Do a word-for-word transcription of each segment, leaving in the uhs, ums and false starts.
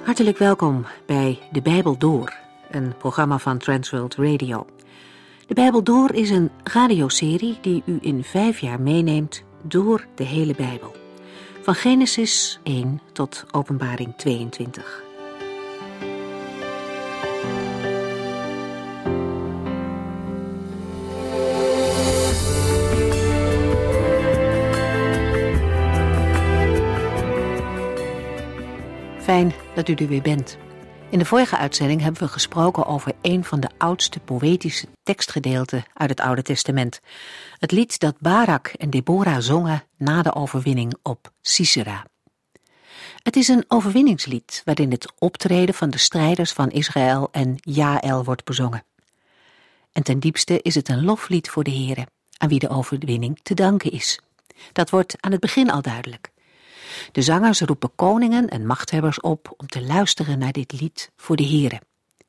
Hartelijk welkom bij De Bijbel Door, een programma van Transworld Radio. De Bijbel Door is een radioserie die u in vijf jaar meeneemt door de hele Bijbel. Van Genesis één tot Openbaring tweeëntwintig. Fijn dat u er weer bent. In de vorige uitzending hebben we gesproken over een van de oudste poëtische tekstgedeelten uit het Oude Testament. Het lied dat Barak en Deborah zongen na de overwinning op Sisera. Het is een overwinningslied waarin het optreden van de strijders van Israël en Jaël wordt bezongen. En ten diepste is het een loflied voor de Heere, aan wie de overwinning te danken is. Dat wordt aan het begin al duidelijk. De zangers roepen koningen en machthebbers op om te luisteren naar dit lied voor de Heere.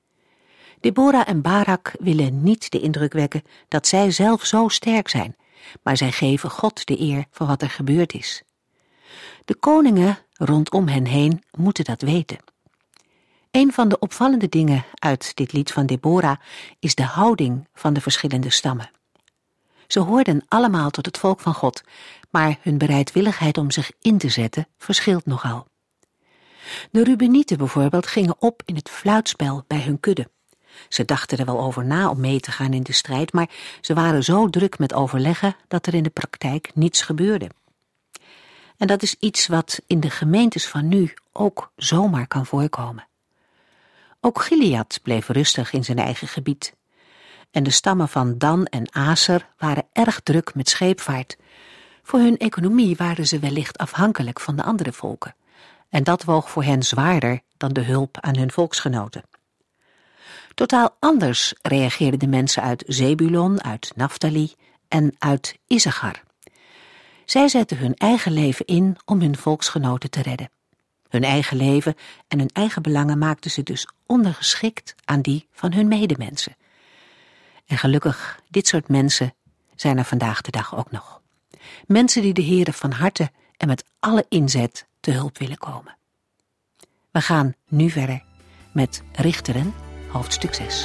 Deborah en Barak willen niet de indruk wekken dat zij zelf zo sterk zijn, maar zij geven God de eer voor wat er gebeurd is. De koningen rondom hen heen moeten dat weten. Een van de opvallende dingen uit dit lied van Deborah is de houding van de verschillende stammen. Ze hoorden allemaal tot het volk van God, maar hun bereidwilligheid om zich in te zetten verschilt nogal. De Rubenieten bijvoorbeeld gingen op in het fluitspel bij hun kudde. Ze dachten er wel over na om mee te gaan in de strijd, maar ze waren zo druk met overleggen dat er in de praktijk niets gebeurde. En dat is iets wat in de gemeentes van nu ook zomaar kan voorkomen. Ook Gilead bleef rustig in zijn eigen gebied. En de stammen van Dan en Aser waren erg druk met scheepvaart. Voor hun economie waren ze wellicht afhankelijk van de andere volken. En dat woog voor hen zwaarder dan de hulp aan hun volksgenoten. Totaal anders reageerden de mensen uit Zebulon, uit Naftali en uit Issachar. Zij zetten hun eigen leven in om hun volksgenoten te redden. Hun eigen leven en hun eigen belangen maakten ze dus ondergeschikt aan die van hun medemensen. En gelukkig, dit soort mensen zijn er vandaag de dag ook nog. Mensen die de Heere van harte en met alle inzet te hulp willen komen. We gaan nu verder met Richteren, hoofdstuk zes.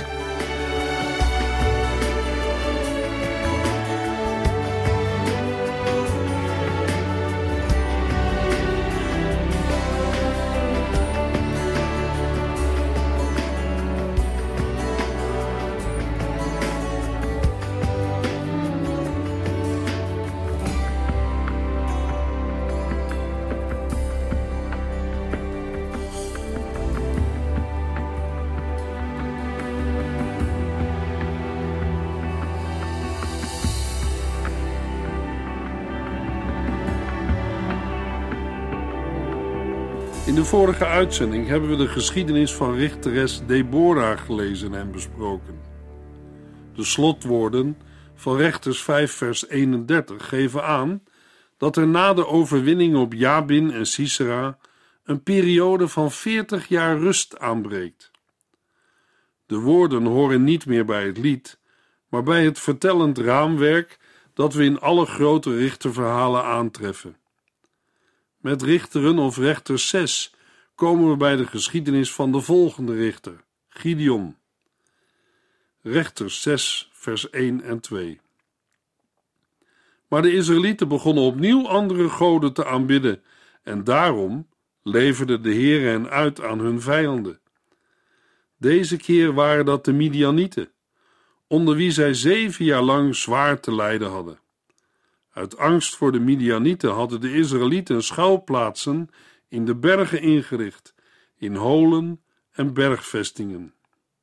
In de vorige uitzending hebben we de geschiedenis van richteres Deborah gelezen en besproken. De slotwoorden van Rechters vijf vers eenendertig geven aan dat er na de overwinning op Jabin en Sisera een periode van veertig jaar rust aanbreekt. De woorden horen niet meer bij het lied, maar bij het vertellend raamwerk dat we in alle grote richterverhalen aantreffen. Met Richteren of Rechters zes komen we bij de geschiedenis van de volgende richter, Gideon. Rechters zes, vers één en twee. Maar de Israëlieten begonnen opnieuw andere goden te aanbidden en daarom leverde de Heere hen uit aan hun vijanden. Deze keer waren dat de Midianieten, onder wie zij zeven jaar lang zwaar te lijden hadden. Uit angst voor de Midianieten hadden de Israëlieten schuilplaatsen in de bergen ingericht, in holen en bergvestingen.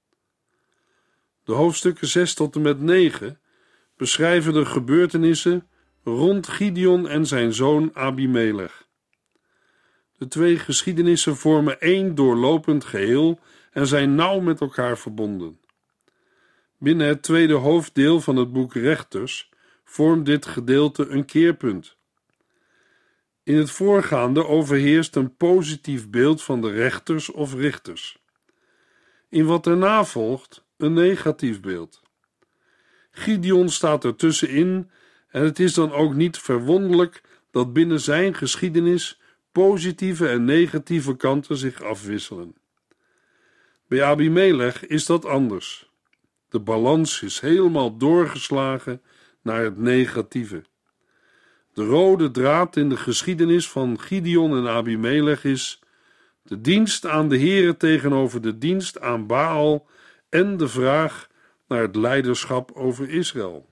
De hoofdstukken zes tot en met negen beschrijven de gebeurtenissen rond Gideon en zijn zoon Abimelech. De twee geschiedenissen vormen één doorlopend geheel en zijn nauw met elkaar verbonden. Binnen het tweede hoofddeel van het boek Rechters vormt dit gedeelte een keerpunt. In het voorgaande overheerst een positief beeld van de rechters of richters. In wat daarna volgt een negatief beeld. Gideon staat er tussenin en het is dan ook niet verwonderlijk dat binnen zijn geschiedenis positieve en negatieve kanten zich afwisselen. Bij Abimelech is dat anders. De balans is helemaal doorgeslagen naar het negatieve. De rode draad in de geschiedenis van Gideon en Abimelech is de dienst aan de Here tegenover de dienst aan Baal en de vraag naar het leiderschap over Israël.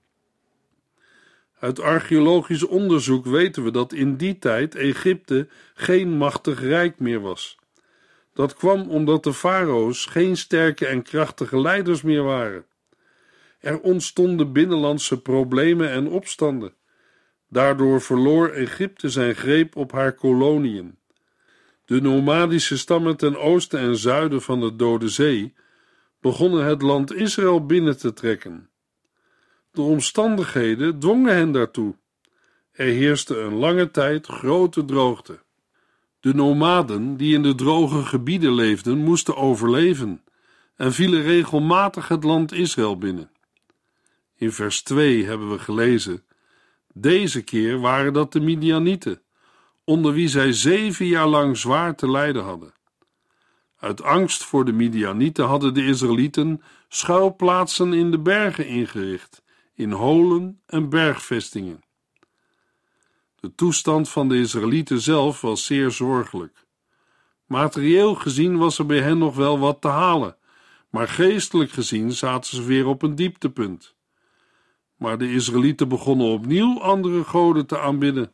Uit archeologisch onderzoek weten we dat in die tijd Egypte geen machtig rijk meer was. Dat kwam omdat de farao's geen sterke en krachtige leiders meer waren. Er ontstonden binnenlandse problemen en opstanden. Daardoor verloor Egypte zijn greep op haar koloniën. De nomadische stammen ten oosten en zuiden van de Dode Zee begonnen het land Israël binnen te trekken. De omstandigheden dwongen hen daartoe. Er heerste een lange tijd grote droogte. De nomaden die in de droge gebieden leefden, moesten overleven en vielen regelmatig het land Israël binnen. In vers twee hebben we gelezen: deze keer waren dat de Midianieten, onder wie zij zeven jaar lang zwaar te lijden hadden. Uit angst voor de Midianieten hadden de Israëlieten schuilplaatsen in de bergen ingericht, in holen en bergvestingen. De toestand van de Israëlieten zelf was zeer zorgelijk. Materieel gezien was er bij hen nog wel wat te halen, maar geestelijk gezien zaten ze weer op een dieptepunt. Maar de Israëlieten begonnen opnieuw andere goden te aanbidden.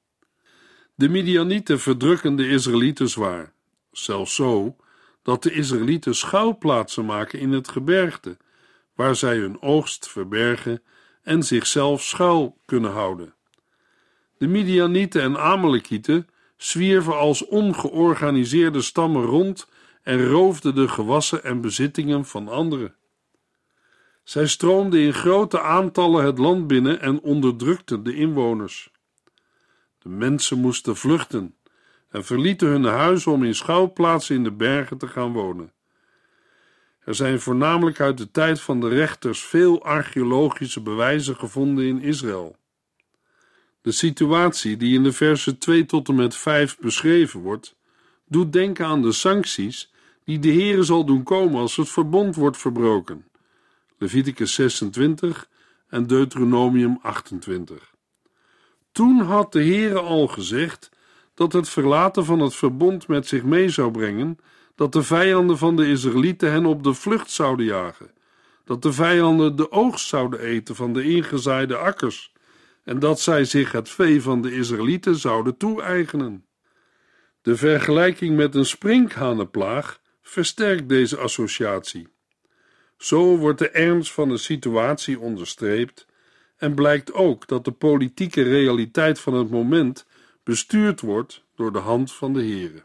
De Midianieten verdrukken de Israëlieten zwaar, zelfs zo dat de Israëlieten schuilplaatsen maken in het gebergte, waar zij hun oogst verbergen en zichzelf schuil kunnen houden. De Midianieten en Amalekieten zwierven als ongeorganiseerde stammen rond en roofden de gewassen en bezittingen van anderen. Zij stroomden in grote aantallen het land binnen en onderdrukten de inwoners. De mensen moesten vluchten en verlieten hun huizen om in schuilplaatsen in de bergen te gaan wonen. Er zijn voornamelijk uit de tijd van de rechters veel archeologische bewijzen gevonden in Israël. De situatie die in de versen twee tot en met vijf beschreven wordt, doet denken aan de sancties die de Heere zal doen komen als het verbond wordt verbroken. Leviticus zesentwintig en Deuteronomium achtentwintig. Toen had de Heere al gezegd dat het verlaten van het verbond met zich mee zou brengen dat de vijanden van de Israëlieten hen op de vlucht zouden jagen, dat de vijanden de oogst zouden eten van de ingezaaide akkers en dat zij zich het vee van de Israëlieten zouden toe-eigenen. De vergelijking met een sprinkhanenplaag versterkt deze associatie. Zo wordt de ernst van de situatie onderstreept en blijkt ook dat de politieke realiteit van het moment bestuurd wordt door de hand van de Heere.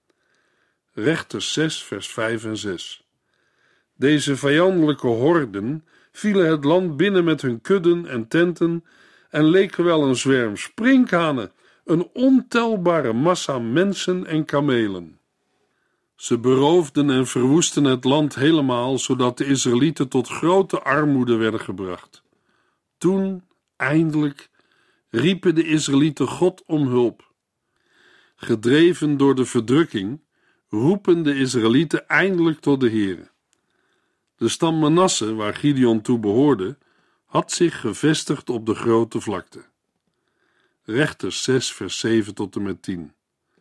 Rechters zes, vers vijf en zes. Deze vijandelijke horden vielen het land binnen met hun kudden en tenten en leken wel een zwerm sprinkhanen, een ontelbare massa mensen en kamelen. Ze beroofden en verwoestten het land helemaal, zodat de Israëlieten tot grote armoede werden gebracht. Toen, eindelijk, riepen de Israëlieten God om hulp. Gedreven door de verdrukking, roepen de Israëlieten eindelijk tot de Heere. De stam Manasse, waar Gideon toe behoorde, had zich gevestigd op de grote vlakte. Rechters zes, vers zeven tot en met tien.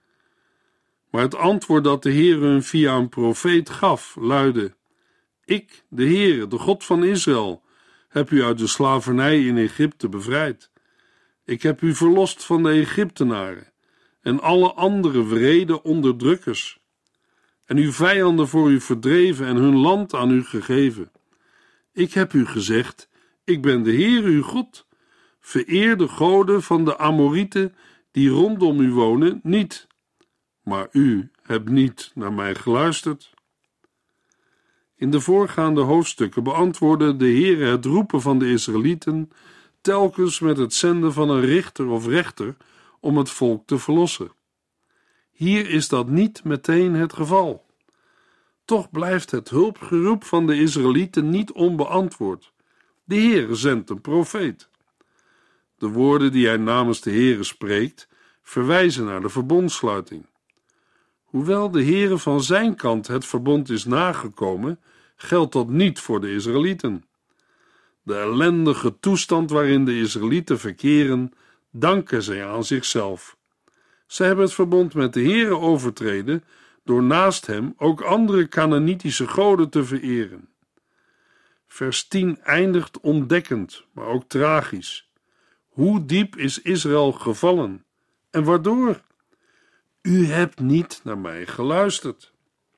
Maar het antwoord dat de Heere hun via een profeet gaf, luidde: Ik, de Heere, de God van Israël, heb u uit de slavernij in Egypte bevrijd. Ik heb u verlost van de Egyptenaren en alle andere wrede onderdrukkers, en uw vijanden voor u verdreven en hun land aan u gegeven. Ik heb u gezegd: Ik ben de Heere uw God. Vereer de goden van de Amorieten die rondom u wonen niet. Maar u hebt niet naar mij geluisterd. In de voorgaande hoofdstukken beantwoordde de Heere het roepen van de Israëlieten telkens met het zenden van een richter of rechter om het volk te verlossen. Hier is dat niet meteen het geval. Toch blijft het hulpgeroep van de Israëlieten niet onbeantwoord. De Heere zendt een profeet. De woorden die hij namens de Heere spreekt, verwijzen naar de verbondssluiting. Hoewel de Heere van zijn kant het verbond is nagekomen, geldt dat niet voor de Israëlieten. De ellendige toestand waarin de Israëlieten verkeren, danken zij aan zichzelf. Zij hebben het verbond met de Heere overtreden door naast hem ook andere Kanaanitische goden te vereren. Vers tien eindigt ontdekkend, maar ook tragisch. Hoe diep is Israël gevallen? En waardoor? U hebt niet naar mij geluisterd.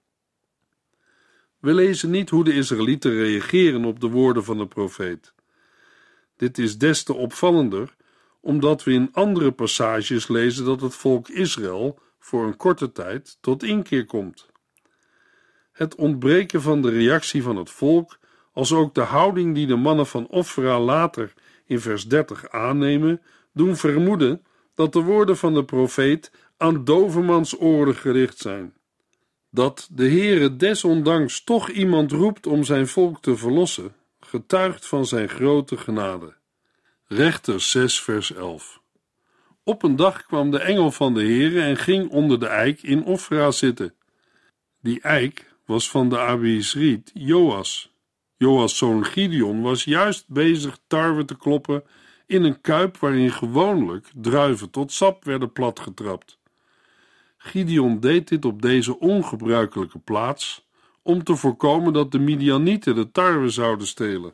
We lezen niet hoe de Israëlieten reageren op de woorden van de profeet. Dit is des te opvallender, omdat we in andere passages lezen dat het volk Israël voor een korte tijd tot inkeer komt. Het ontbreken van de reactie van het volk, als ook de houding die de mannen van Ofra later in vers dertig aannemen, doen vermoeden dat de woorden van de profeet aan dovemans oren gericht zijn. Dat de Heere desondanks toch iemand roept om zijn volk te verlossen, getuigt van zijn grote genade. Rechters zes vers elf. Op een dag kwam de engel van de Heere en ging onder de eik in Ofra zitten. Die eik was van de Abiezriet Joas. Joas' zoon Gideon was juist bezig tarwe te kloppen in een kuip waarin gewoonlijk druiven tot sap werden platgetrapt. Gideon deed dit op deze ongebruikelijke plaats om te voorkomen dat de Midianieten de tarwe zouden stelen.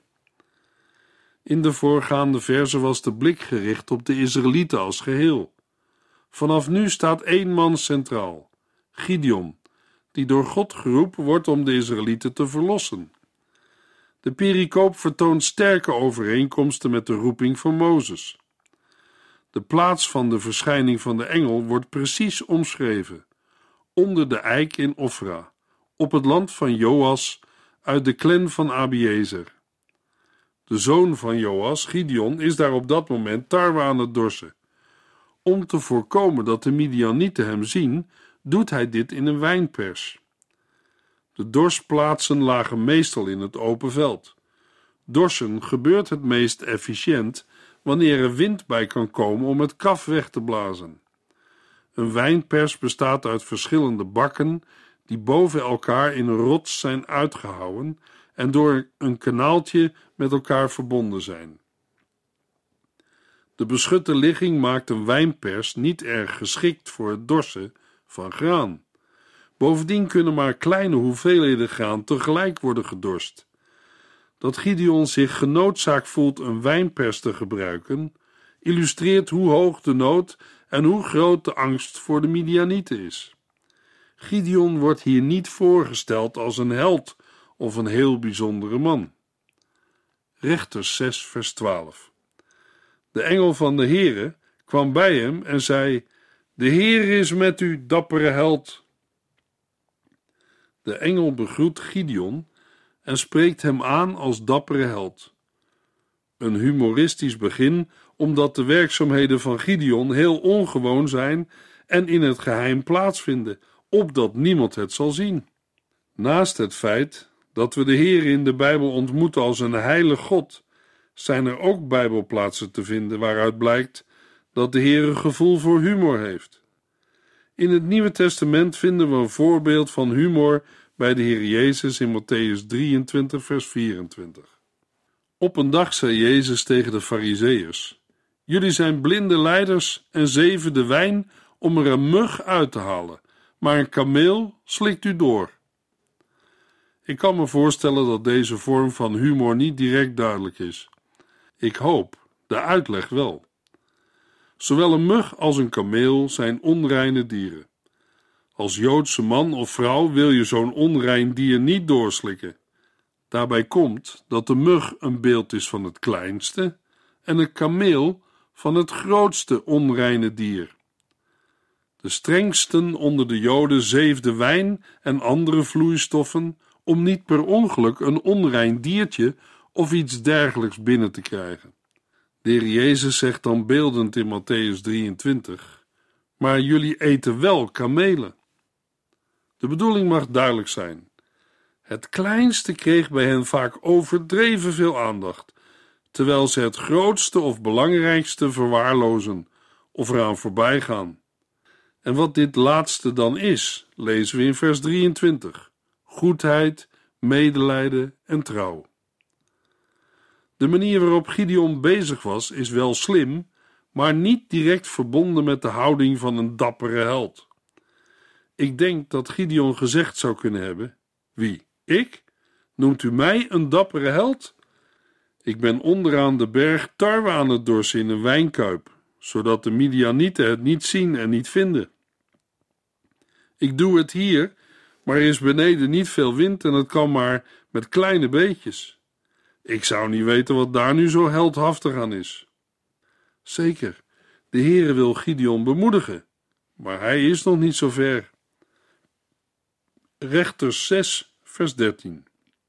In de voorgaande verzen was de blik gericht op de Israëlieten als geheel. Vanaf nu staat één man centraal, Gideon, die door God geroepen wordt om de Israëlieten te verlossen. De pericoop vertoont sterke overeenkomsten met de roeping van Mozes. De plaats van de verschijning van de engel wordt precies omschreven, onder de eik in Ofra, op het land van Joas uit de clan van Abiezer. De zoon van Joas, Gideon, is daar op dat moment tarwe aan het dorsen. Om te voorkomen dat de Midianieten hem zien, doet hij dit in een wijnpers. De dorsplaatsen lagen meestal in het open veld. Dorsen gebeurt het meest efficiënt wanneer er wind bij kan komen om het kaf weg te blazen. Een wijnpers bestaat uit verschillende bakken die boven elkaar in een rots zijn uitgehouwen en door een kanaaltje met elkaar verbonden zijn. De beschutte ligging maakt een wijnpers niet erg geschikt voor het dorsen van graan. Bovendien kunnen maar kleine hoeveelheden graan tegelijk worden gedorst. Dat Gideon zich genoodzaakt voelt een wijnpers te gebruiken, illustreert hoe hoog de nood en hoe groot de angst voor de Midianieten is. Gideon wordt hier niet voorgesteld als een held of een heel bijzondere man. Rechters zes vers twaalf. De engel van de Heere kwam bij hem en zei: De Heer is met u, dappere held. De engel begroet Gideon en spreekt hem aan als dappere held. Een humoristisch begin, omdat de werkzaamheden van Gideon heel ongewoon zijn en in het geheim plaatsvinden, opdat niemand het zal zien. Naast het feit dat we de Heer in de Bijbel ontmoeten als een heilig God, zijn er ook Bijbelplaatsen te vinden waaruit blijkt dat de Heer een gevoel voor humor heeft. In het Nieuwe Testament vinden we een voorbeeld van humor bij de Heer Jezus in Mattheüs drieëntwintig vers vierentwintig. Op een dag zei Jezus tegen de Farizeeërs: Jullie zijn blinde leiders en zeven de wijn om er een mug uit te halen, maar een kameel slikt u door. Ik kan me voorstellen dat deze vorm van humor niet direct duidelijk is. Ik hoop de uitleg wel. Zowel een mug als een kameel zijn onreine dieren. Als Joodse man of vrouw wil je zo'n onrein dier niet doorslikken. Daarbij komt dat de mug een beeld is van het kleinste en een kameel van het grootste onreine dier. De strengsten onder de Joden zeefden wijn en andere vloeistoffen om niet per ongeluk een onrein diertje of iets dergelijks binnen te krijgen. De Heer Jezus zegt dan beeldend in Mattheüs drieëntwintig: Maar jullie eten wel kamelen. De bedoeling mag duidelijk zijn. Het kleinste kreeg bij hen vaak overdreven veel aandacht, terwijl ze het grootste of belangrijkste verwaarlozen of eraan voorbij gaan. En wat dit laatste dan is, lezen we in vers drieëntwintig. Goedheid, medelijden en trouw. De manier waarop Gideon bezig was, is wel slim, maar niet direct verbonden met de houding van een dappere held. Ik denk dat Gideon gezegd zou kunnen hebben: wie, ik? Noemt u mij een dappere held? Ik ben onderaan de berg tarwe aan het dorsen in een wijnkuip, zodat de Midianieten het niet zien en niet vinden. Ik doe het hier, maar er is beneden niet veel wind en het kan maar met kleine beetjes. Ik zou niet weten wat daar nu zo heldhaftig aan is. Zeker, de Heere wil Gideon bemoedigen, maar hij is nog niet zo ver. Rechters zes, vers dertien.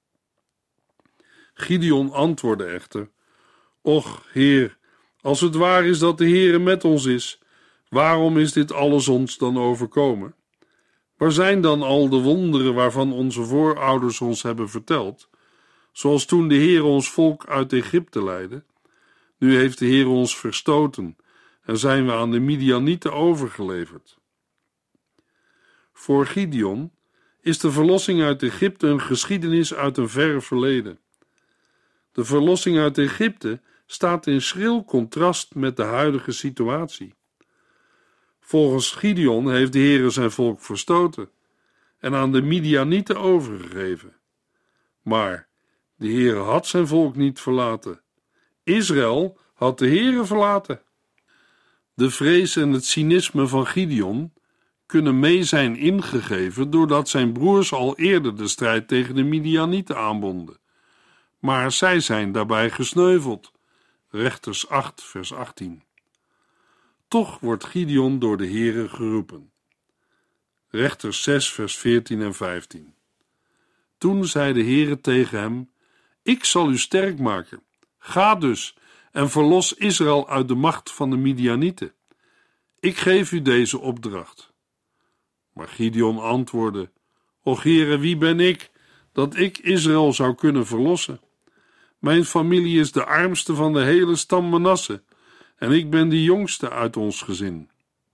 Gideon antwoordde echter: Och, Heer, als het waar is dat de Heere met ons is, waarom is dit alles ons dan overkomen? Waar zijn dan al de wonderen waarvan onze voorouders ons hebben verteld, zoals toen de Heere ons volk uit Egypte leidde? Nu heeft de Heere ons verstoten en zijn we aan de Midianieten overgeleverd. Voor Gideon is de verlossing uit Egypte een geschiedenis uit een verre verleden. De verlossing uit Egypte staat in schril contrast met de huidige situatie. Volgens Gideon heeft de Heere zijn volk verstoten en aan de Midianieten overgegeven. Maar de Heere had zijn volk niet verlaten. Israël had de Heere verlaten. De vrees en het cynisme van Gideon kunnen mee zijn ingegeven doordat zijn broers al eerder de strijd tegen de Midianieten aanbonden. Maar zij zijn daarbij gesneuveld. Rechters acht, vers achttien. Toch wordt Gideon door de Heere geroepen. Rechters zes, vers veertien en vijftien. Toen zei de Heere tegen hem: Ik zal u sterk maken. Ga dus en verlos Israël uit de macht van de Midianieten. Ik geef u deze opdracht. Maar Gideon antwoordde: Och Heere, wie ben ik, dat ik Israël zou kunnen verlossen? Mijn familie is de armste van de hele stam Manasse, en ik ben de jongste uit ons gezin.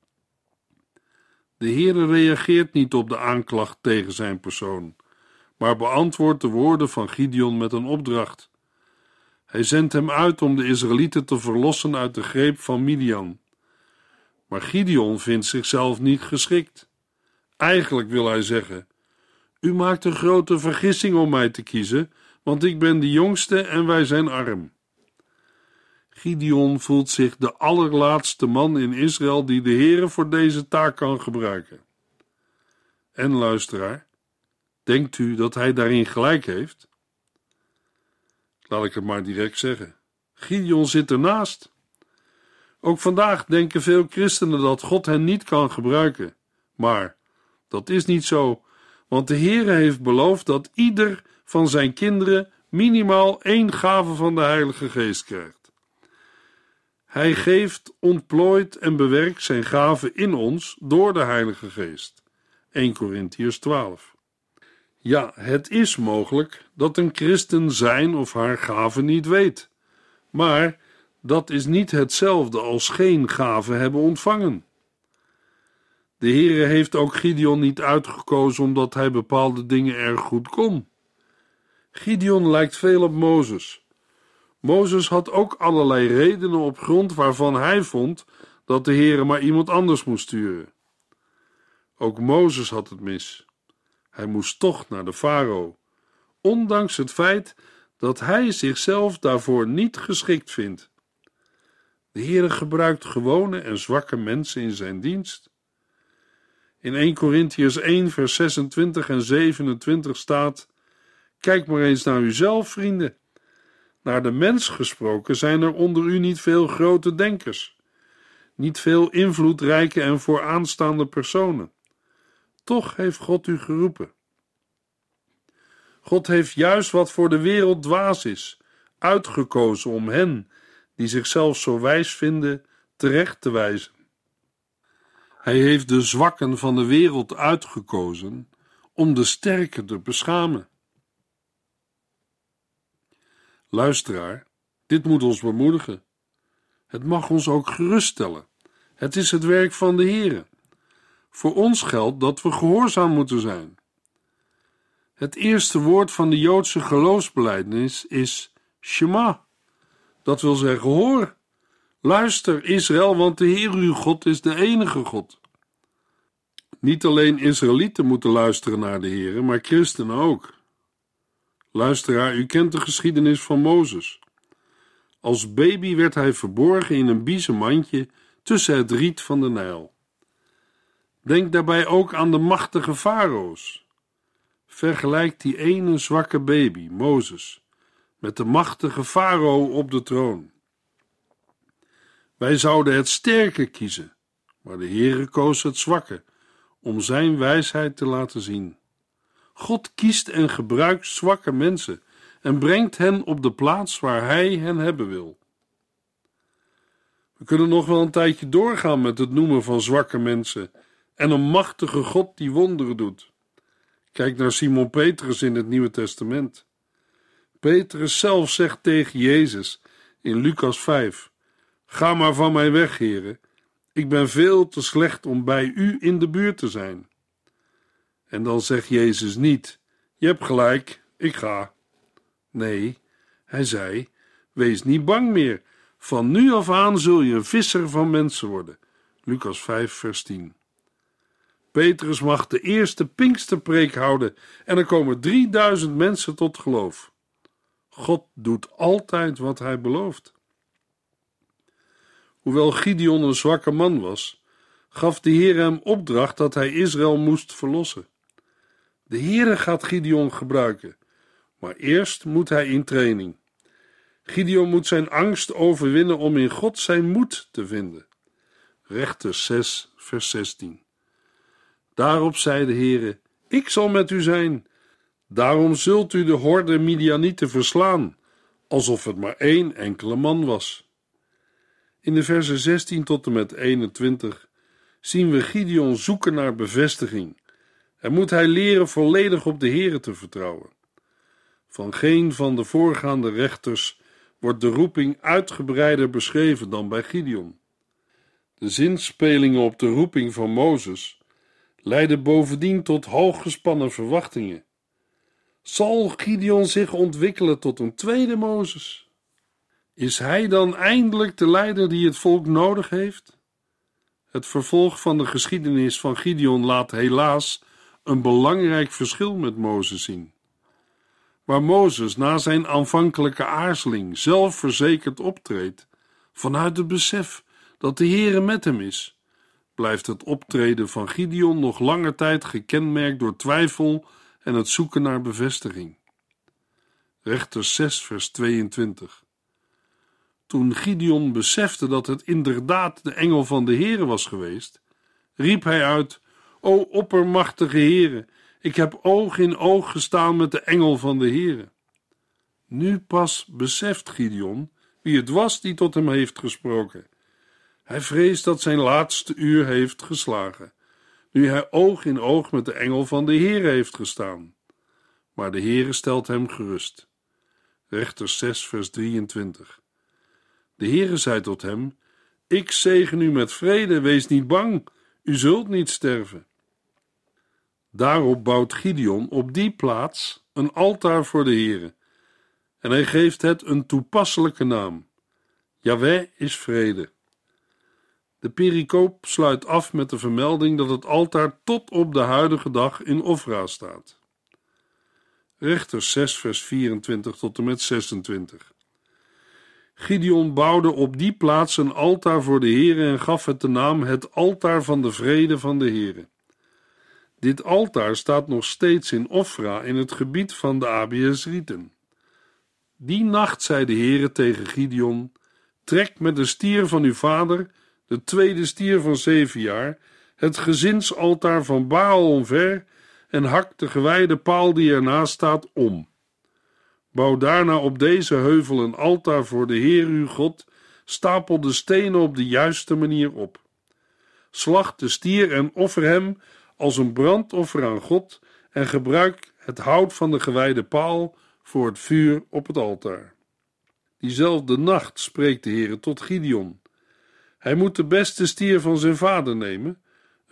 De Heere reageert niet op de aanklacht tegen zijn persoon, maar beantwoordt de woorden van Gideon met een opdracht. Hij zendt hem uit om de Israëlieten te verlossen uit de greep van Midian. Maar Gideon vindt zichzelf niet geschikt. Eigenlijk wil hij zeggen: U maakt een grote vergissing om mij te kiezen, want ik ben de jongste en wij zijn arm. Gideon voelt zich de allerlaatste man in Israël die de Heere voor deze taak kan gebruiken. En luisteraar, denkt u dat hij daarin gelijk heeft? Laat ik het maar direct zeggen. Gideon zit ernaast. Ook vandaag denken veel christenen dat God hen niet kan gebruiken. Maar dat is niet zo, want de Heere heeft beloofd dat ieder van zijn kinderen minimaal één gave van de Heilige Geest krijgt. Hij geeft, ontplooit en bewerkt zijn gaven in ons door de Heilige Geest. Eerste Korintiërs twaalf. Ja, het is mogelijk dat een christen zijn of haar gave niet weet. Maar dat is niet hetzelfde als geen gave hebben ontvangen. De Heere heeft ook Gideon niet uitgekozen omdat hij bepaalde dingen erg goed kon. Gideon lijkt veel op Mozes. Mozes had ook allerlei redenen op grond waarvan hij vond dat de Heere maar iemand anders moest sturen. Ook Mozes had het mis. Hij moest toch naar de farao, ondanks het feit dat hij zichzelf daarvoor niet geschikt vindt. De Heere gebruikt gewone en zwakke mensen in zijn dienst. In Eerste Korintiërs één, vers zesentwintig en zevenentwintig staat: Kijk maar eens naar uzelf, vrienden. Naar de mens gesproken zijn er onder u niet veel grote denkers, niet veel invloedrijke en vooraanstaande personen. Toch heeft God u geroepen. God heeft juist wat voor de wereld dwaas is, uitgekozen om hen, die zichzelf zo wijs vinden, terecht te wijzen. Hij heeft de zwakken van de wereld uitgekozen om de sterken te beschamen. Luisteraar, dit moet ons bemoedigen. Het mag ons ook geruststellen. Het is het werk van de Heere. Voor ons geldt dat we gehoorzaam moeten zijn. Het eerste woord van de Joodse geloofsbelijdenis is Shema. Dat wil zeggen, hoor, luister Israël, want de Heer uw God is de enige God. Niet alleen Israëlieten moeten luisteren naar de Heer, maar christenen ook. Luisteraar, u kent de geschiedenis van Mozes. Als baby werd hij verborgen in een biezen mandje tussen het riet van de Nijl. Denk daarbij ook aan de machtige farao's. Vergelijk die ene zwakke baby, Mozes, met de machtige farao op de troon. Wij zouden het sterke kiezen, maar de Heere koos het zwakke, om zijn wijsheid te laten zien. God kiest en gebruikt zwakke mensen en brengt hen op de plaats waar hij hen hebben wil. We kunnen nog wel een tijdje doorgaan met het noemen van zwakke mensen en een machtige God die wonderen doet. Kijk naar Simon Petrus in het Nieuwe Testament. Petrus zelf zegt tegen Jezus in Lucas vijf: Ga maar van mij weg, Heere, ik ben veel te slecht om bij u in de buurt te zijn. En dan zegt Jezus niet: Je hebt gelijk, ik ga. Nee, hij zei: Wees niet bang meer, van nu af aan zul je een visser van mensen worden. Lucas vijf vers tien. Petrus mag de eerste Pinksterpreek houden en er komen drieduizend mensen tot geloof. God doet altijd wat hij belooft. Hoewel Gideon een zwakke man was, gaf de Heer hem opdracht dat hij Israël moest verlossen. De Heere gaat Gideon gebruiken, maar eerst moet hij in training. Gideon moet zijn angst overwinnen om in God zijn moed te vinden. Rechters zes vers zestien. Daarop zei de Heere: Ik zal met u zijn. Daarom zult u de horde Midianieten verslaan, alsof het maar één enkele man was. In de versen zestien tot en met eenentwintig zien we Gideon zoeken naar bevestiging en moet hij leren volledig op de Heere te vertrouwen. Van geen van de voorgaande rechters wordt de roeping uitgebreider beschreven dan bij Gideon. De zinspelingen op de roeping van Mozes leiden bovendien tot hooggespannen verwachtingen. Zal Gideon zich ontwikkelen tot een tweede Mozes? Is hij dan eindelijk de leider die het volk nodig heeft? Het vervolg van de geschiedenis van Gideon laat helaas een belangrijk verschil met Mozes zien. Waar Mozes na zijn aanvankelijke aarzeling zelfverzekerd optreedt, vanuit het besef dat de Heere met hem is, blijft het optreden van Gideon nog lange tijd gekenmerkt door twijfel en het zoeken naar bevestiging. Rechters zes vers tweeëntwintig. Toen Gideon besefte dat het inderdaad de engel van de Heere was geweest, riep hij uit: O oppermachtige Heere, ik heb oog in oog gestaan met de engel van de Heere. Nu pas beseft Gideon wie het was die tot hem heeft gesproken. Hij vreest dat zijn laatste uur heeft geslagen, nu hij oog in oog met de engel van de Heere heeft gestaan. Maar de Heere stelt hem gerust. Rechters zes vers drieëntwintig. De Heere zei tot hem: Ik zegen u met vrede, wees niet bang, u zult niet sterven. Daarop bouwt Gideon op die plaats een altaar voor de Heere, en hij geeft het een toepasselijke naam. Jahweh is vrede. De pericoop sluit af met de vermelding dat het altaar tot op de huidige dag in Ofra staat. Rechters zes vers vierentwintig tot en met zesentwintig. Gideon bouwde op die plaats een altaar voor de Heere en gaf het de naam het altaar van de vrede van de Heere. Dit altaar staat nog steeds in Ofra in het gebied van de Abiezrieten. Die nacht zei de Heere tegen Gideon: Trek met de stier van uw vader, de tweede stier van zeven jaar, het gezinsaltaar van Baal omver en hak de gewijde paal die ernaast staat om. Bouw daarna op deze heuvel een altaar voor de Heer uw God, stapel de stenen op de juiste manier op. Slacht de stier en offer hem als een brandoffer aan God en gebruik het hout van de gewijde paal voor het vuur op het altaar. Diezelfde nacht spreekt de Heer tot Gideon. Hij moet de beste stier van zijn vader nemen,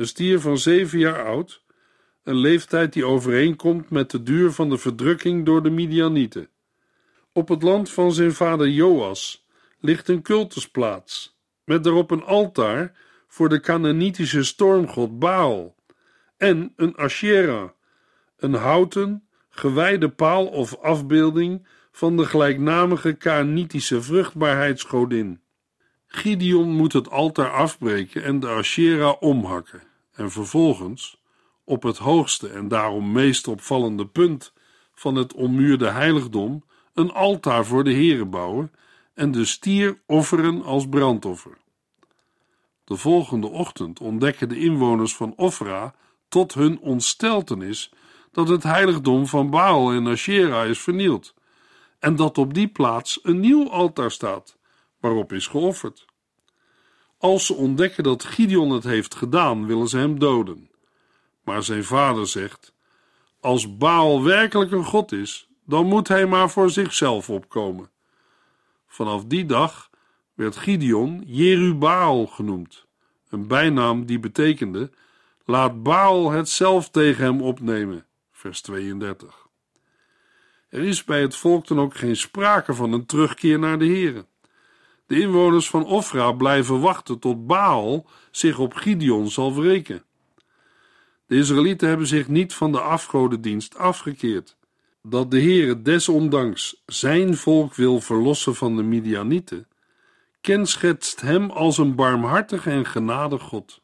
een stier van zeven jaar oud, een leeftijd die overeenkomt met de duur van de verdrukking door de Midianieten. Op het land van zijn vader Joas ligt een cultusplaats, met daarop een altaar voor de Kanaanitische stormgod Baal en een Asherah, een houten, gewijde paal of afbeelding van de gelijknamige Kanaanitische vruchtbaarheidsgodin. Gideon moet het altaar afbreken en de Asherah omhakken en vervolgens, op het hoogste en daarom meest opvallende punt van het ommuurde heiligdom, een altaar voor de Here bouwen en de stier offeren als brandoffer. De volgende ochtend ontdekken de inwoners van Ofra tot hun ontsteltenis dat het heiligdom van Baal en Asherah is vernield en dat op die plaats een nieuw altaar staat, waarop is geofferd. Als ze ontdekken dat Gideon het heeft gedaan, willen ze hem doden. Maar zijn vader zegt: als Baal werkelijk een god is, dan moet hij maar voor zichzelf opkomen. Vanaf die dag werd Gideon Jerubbaal genoemd, een bijnaam die betekende: laat Baal het zelf tegen hem opnemen, vers tweeëndertig. Er is bij het volk dan ook geen sprake van een terugkeer naar de Here. De inwoners van Ofra blijven wachten tot Baal zich op Gideon zal wreken. De Israëlieten hebben zich niet van de afgodendienst afgekeerd. Dat de Heere desondanks zijn volk wil verlossen van de Midianieten, kenschetst hem als een barmhartige en genadig God.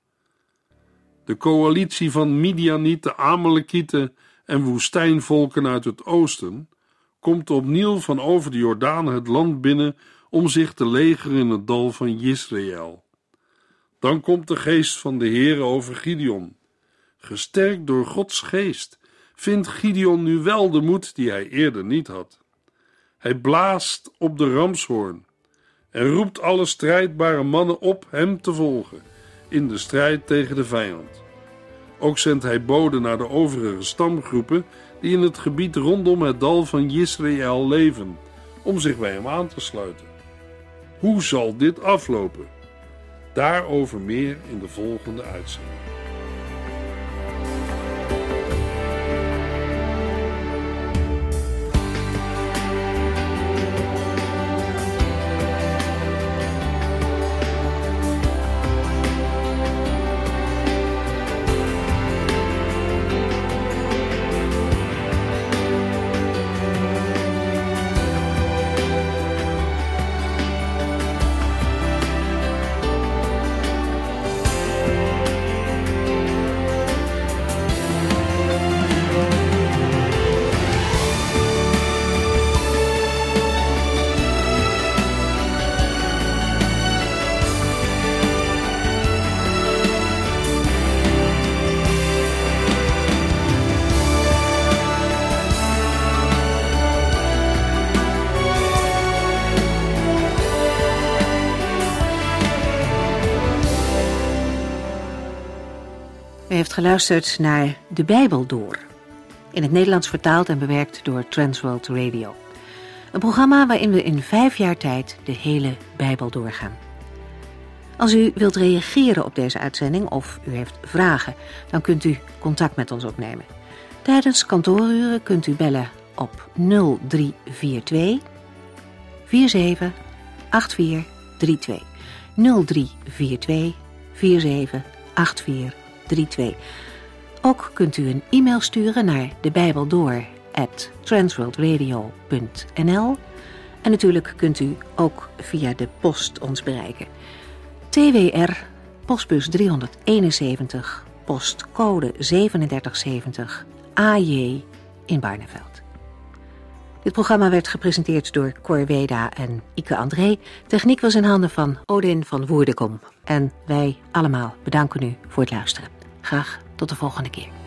De coalitie van Midianieten, Amalekieten en woestijnvolken uit het oosten komt opnieuw van over de Jordaan het land binnen om zich te legeren in het dal van Jezreel. Dan komt de geest van de Heere over Gideon. Gesterkt door Gods geest vindt Gideon nu wel de moed die hij eerder niet had. Hij blaast op de ramshoorn en roept alle strijdbare mannen op hem te volgen in de strijd tegen de vijand. Ook zendt hij boden naar de overige stamgroepen die in het gebied rondom het dal van Jezreel leven, om zich bij hem aan te sluiten. Hoe zal dit aflopen? Daarover meer in de volgende uitzending. U heeft geluisterd naar De Bijbel Door, in het Nederlands vertaald en bewerkt door Transworld Radio. Een programma waarin we in vijf jaar tijd de hele Bijbel doorgaan. Als u wilt reageren op deze uitzending of u heeft vragen, dan kunt u contact met ons opnemen. Tijdens kantooruren kunt u bellen op nul drie vier twee vier zeven acht vier drie twee. nul drie vier twee vier zeven acht vier drie twee. Ook kunt u een e-mail sturen naar debijbeldoor at transworldradio punt n l en natuurlijk kunt u ook via de post ons bereiken. T W R, postbus driehonderdeenenzeventig, postcode zevenendertig zeventig, A J in Barneveld. Dit programma werd gepresenteerd door Cor Weda en Ike André. Techniek was in handen van Odin van Woerdekom. En wij allemaal bedanken u voor het luisteren. Graag tot de volgende keer.